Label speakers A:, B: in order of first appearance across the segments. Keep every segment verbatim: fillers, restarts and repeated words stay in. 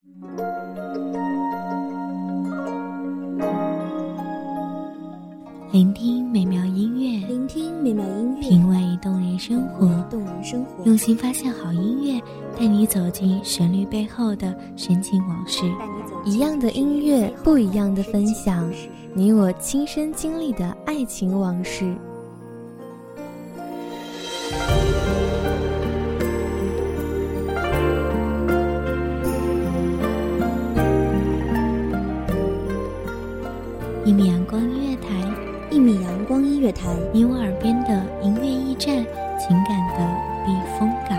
A: 聆听美妙音乐，
B: 聆听美妙音乐，
A: 品味动人生活，
B: 动人生活，
A: 用心发现好音乐，带你走进旋律背后的深情往事。
B: 一样的音乐，不一样的分享，你我亲身经历的爱情往事。
A: 一米阳光音乐台，
B: 一米阳光音乐台，
A: 你我耳边的音乐驿站，情感的避风港。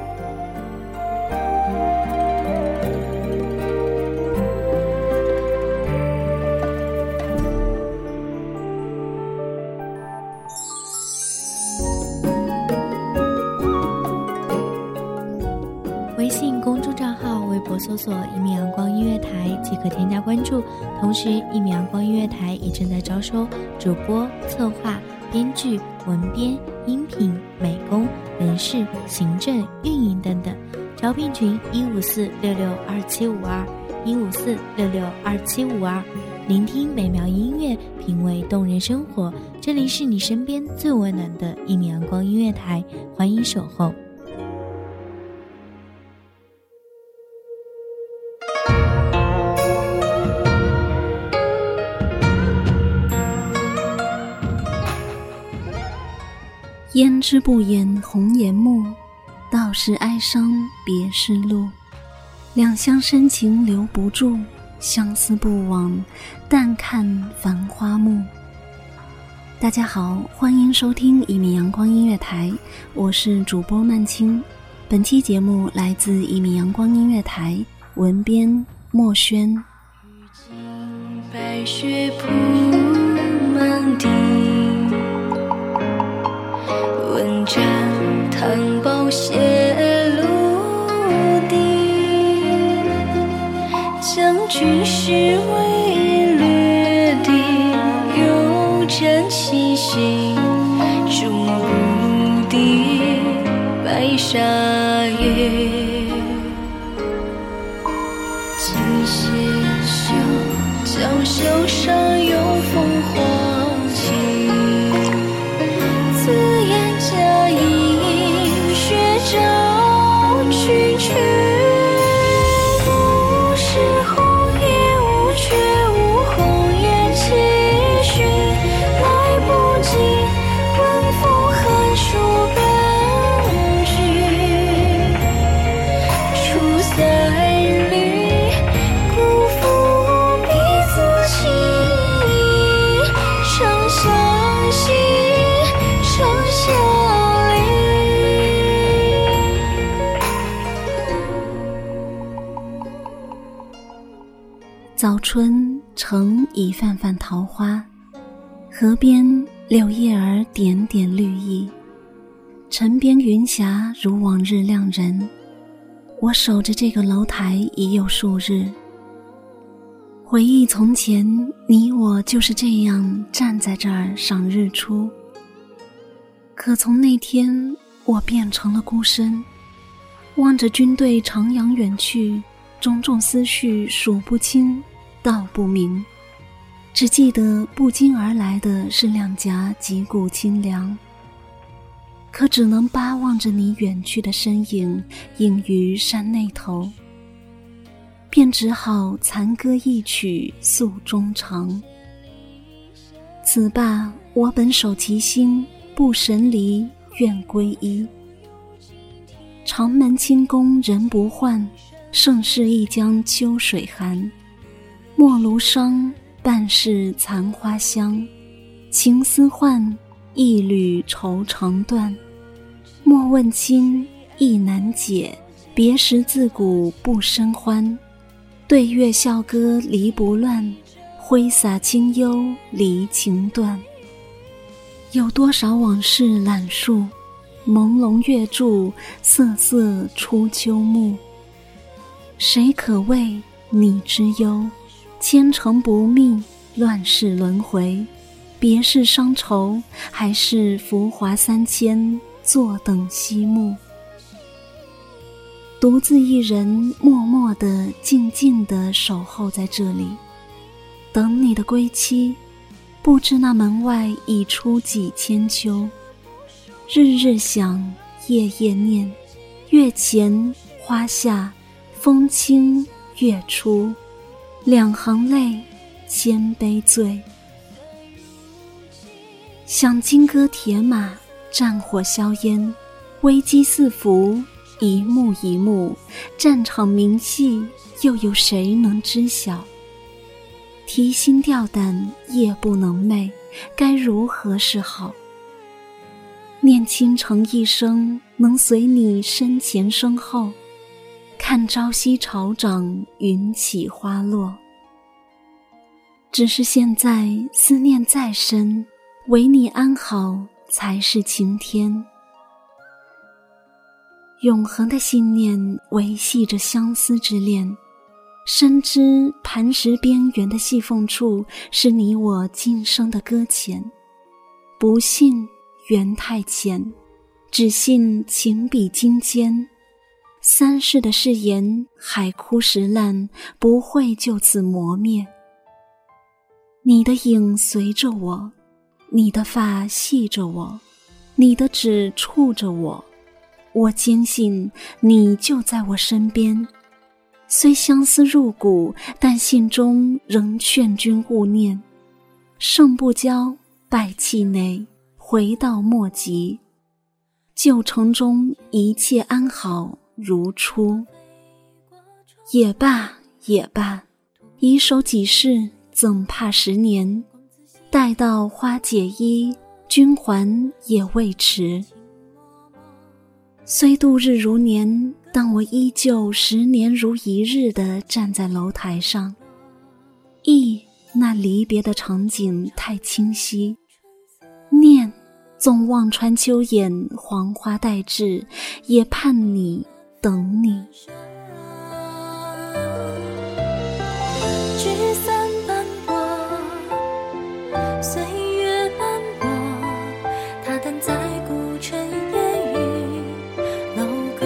A: 微信公众账号、微博搜索一米阳光音乐台即可添加关注。同时，一米阳光音乐台也正在招收主播、策划、编剧、文编、音频、美工、人事、行政、运营等等。招聘群一五四六六二七五二一五四六六二七五二。聆听美妙音乐，品味动人生活。这里是你身边最温暖的一米阳光音乐台，欢迎守候。
C: 胭脂不掩红颜目，道是哀伤别是路。两厢深情留不住，相思不往，淡看繁花木。大家好，欢迎收听一米阳光音乐台，我是主播曼青。本期节目来自一米阳光音乐台，文编墨轩。
D: 白雪铺满地，问斩唐宝谢陆地，将军是为掠地，又战七星终不敌白沙月。今斜袖娇袖上有凤凰旗，自言假意雪照去去，不是红叶无却无红颜期许，来不及问风寒暑本句，出塞里辜负彼此情谊，长相惜，长相离。
C: 早春呈一瓣瓣桃花，河边柳叶儿点点绿意，城边云霞如往日亮人。我守着这个楼台已有数日，回忆从前，你我就是这样站在这儿赏日出。可从那天，我变成了孤身，望着军队徜徉远去，种种思绪数不清道不明，只记得不经而来的是两颊几股清凉，可只能巴望着你远去的身影隐于山那头，便只好残歌一曲诉衷肠。此罢我本守其心，不神离愿归依。长门清宫人不换，盛世一江秋水寒。莫庐伤，半是残花香，情丝换，一缕愁肠断。莫问亲，意难解，别时自古不生欢。对月笑歌离不乱，挥洒清幽离情断。有多少往事揽树，朦胧月柱，瑟瑟出秋暮。谁可为你之忧？千城不觅，乱世轮回，别是伤愁，还是浮华三千，坐等西幕。 独自一人默默地静静地守候在这里，等你的归期。不知那门外已出几千秋，日日想，夜夜念，月前花下，风清月出，两行泪，千杯醉。想金戈铁马，战火硝烟，危机四伏，一幕一幕，战场明细，又有谁能知晓？提心吊胆，夜不能寐，该如何是好？念倾城一生，能随你身前身后，看朝夕潮涨，云起花落。只是现在思念再深，唯你安好才是晴天。永恒的信念维系着相思之恋，深知磐石边缘的细缝处是你我今生的搁浅。不信缘太浅，只信情比金坚。三世的誓言，海枯石烂，不会就此磨灭。你的影随着我，你的发系着我，你的指触着我，我坚信你就在我身边。虽相思入骨，但信中仍劝君勿念。胜不骄，败气馁，回到莫及。旧城中一切安好如初。也罢也罢，以守己事，怎怕十年？待到花解衣，君还也未迟。虽度日如年，但我依旧十年如一日地站在楼台上，忆那离别的场景太清晰，念纵望穿秋眼，黄花待至，也盼你等你。
D: 聚散斑驳，岁月斑驳，他弹在古城烟雨楼阁。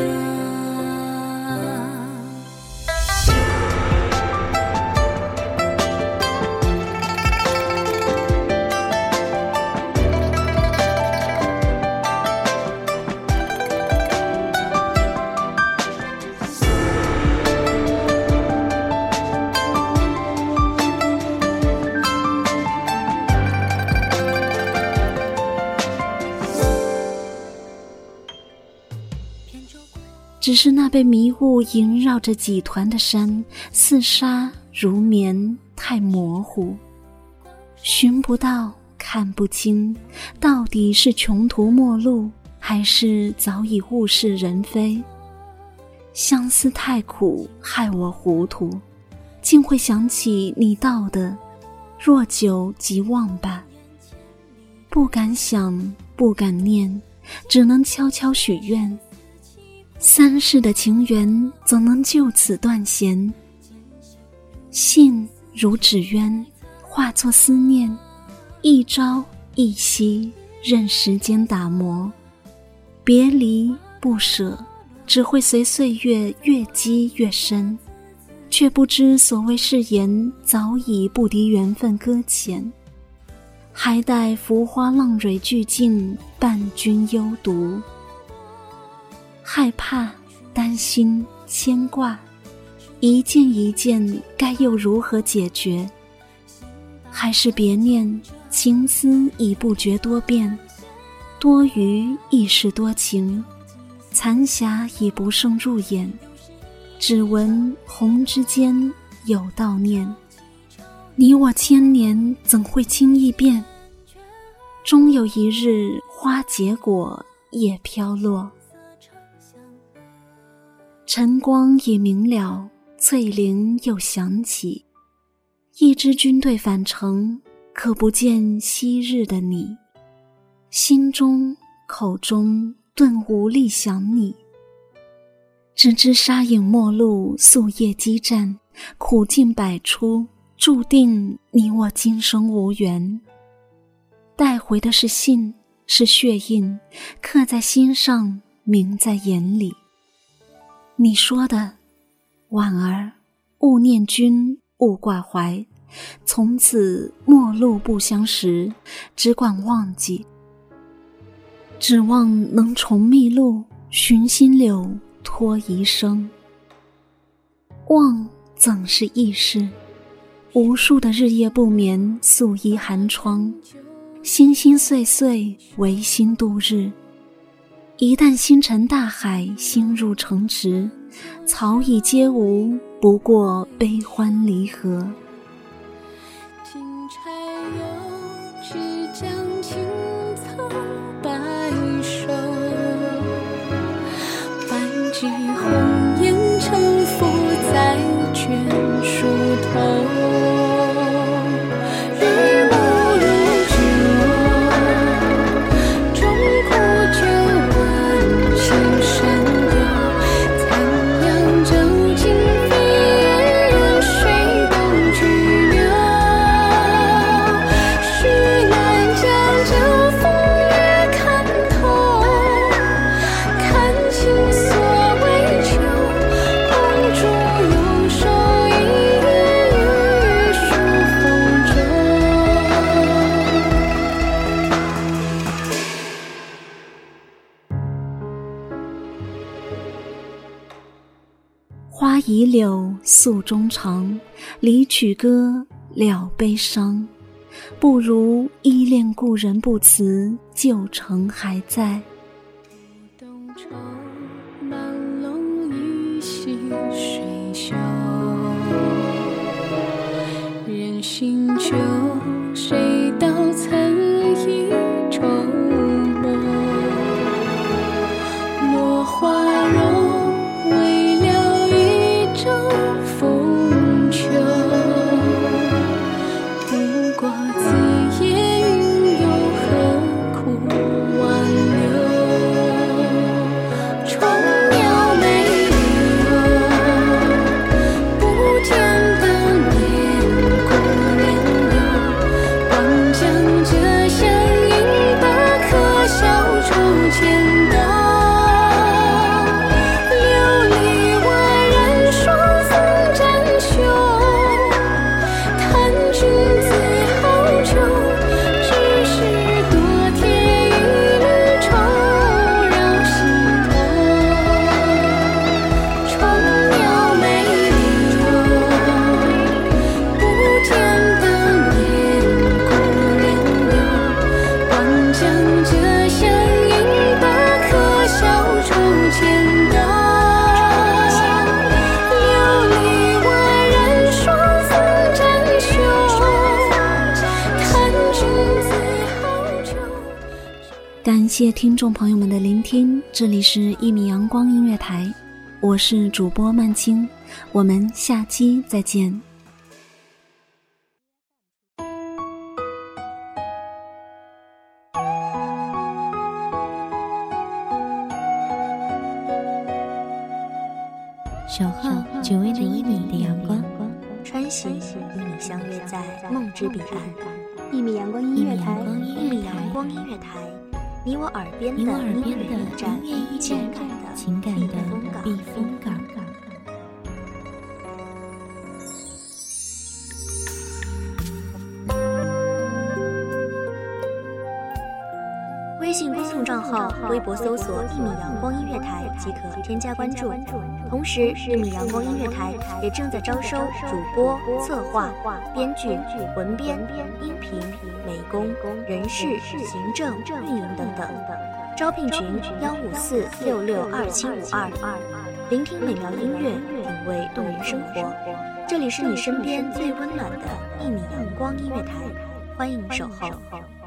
C: 只是那被迷雾萦绕着几团的山，似纱如棉，太模糊，寻不到，看不清，到底是穷途末路，还是早已物是人非？相思太苦，害我糊涂，竟会想起你道的若久即忘吧。不敢想，不敢念，只能悄悄许愿。三世的情缘怎能就此断弦？信如纸鸢，化作思念，一朝一夕，任时间打磨。别离不舍，只会随岁月越积越深，却不知所谓誓言早已不敌缘分搁浅，还待浮花浪蕊俱尽，伴君幽独。害怕，担心，牵挂，一件一件，该又如何解决？还是别念，情思已不觉多变，多余亦是多情，残霞已不胜入眼，只闻红之间有悼念。你我千年怎会轻易变？终有一日，花结果，叶飘落。晨光已明了，翠铃又响起，一支军队返程，可不见昔日的你，心中口中顿无力想你。只知沙影陌路，夙夜激战，苦尽百出，注定你我今生无缘。带回的是信，是血印，刻在心上，铭在眼里。 你说的，婉儿，勿念君，勿挂怀，从此陌路不相识，只管忘记。指望能重觅路，寻新柳，托遗生。忘怎是易事？无数的日夜不眠，素衣寒窗，心心碎碎，唯心度日。一旦星辰大海，心入城池，草已皆无，不过悲欢离合。
D: 金钗又只将青草白首，半季红颜沉浮在眷属头。
C: 花已柳，诉衷肠，离曲歌，了悲伤。不如依恋故人不辞，旧城还在。
D: 东愁满笼一溪水袖，人心旧，谁道曾一筹谋？落花容，为了一朝风秋。不过此夜云游，何苦挽留？虫鸟没留，不见当年故人游。望将这乡音把可笑愁牵到。
C: 感谢听众朋友们的聆听，这里是一米阳光音乐台，我是主播曼青，我们下期再见。
A: 守候只为那一米的阳光，
E: 穿行与你相约在梦之彼岸。一米阳光音乐台，一米阳光音乐台，你我耳边的音乐驿站，情感的
A: 情感的避风港。
E: 微信公众账号、微博搜索“一米阳光音乐台”即可添加关注。同时，一米阳光音乐台也正在招收主播、策划、编剧、文编、音频、美工、人事、行政、运营等等。招聘群：幺五四六六二七五二。聆听美妙音乐，品味动人生活。这里是你身边最温暖的一米阳光音乐台，欢迎守候。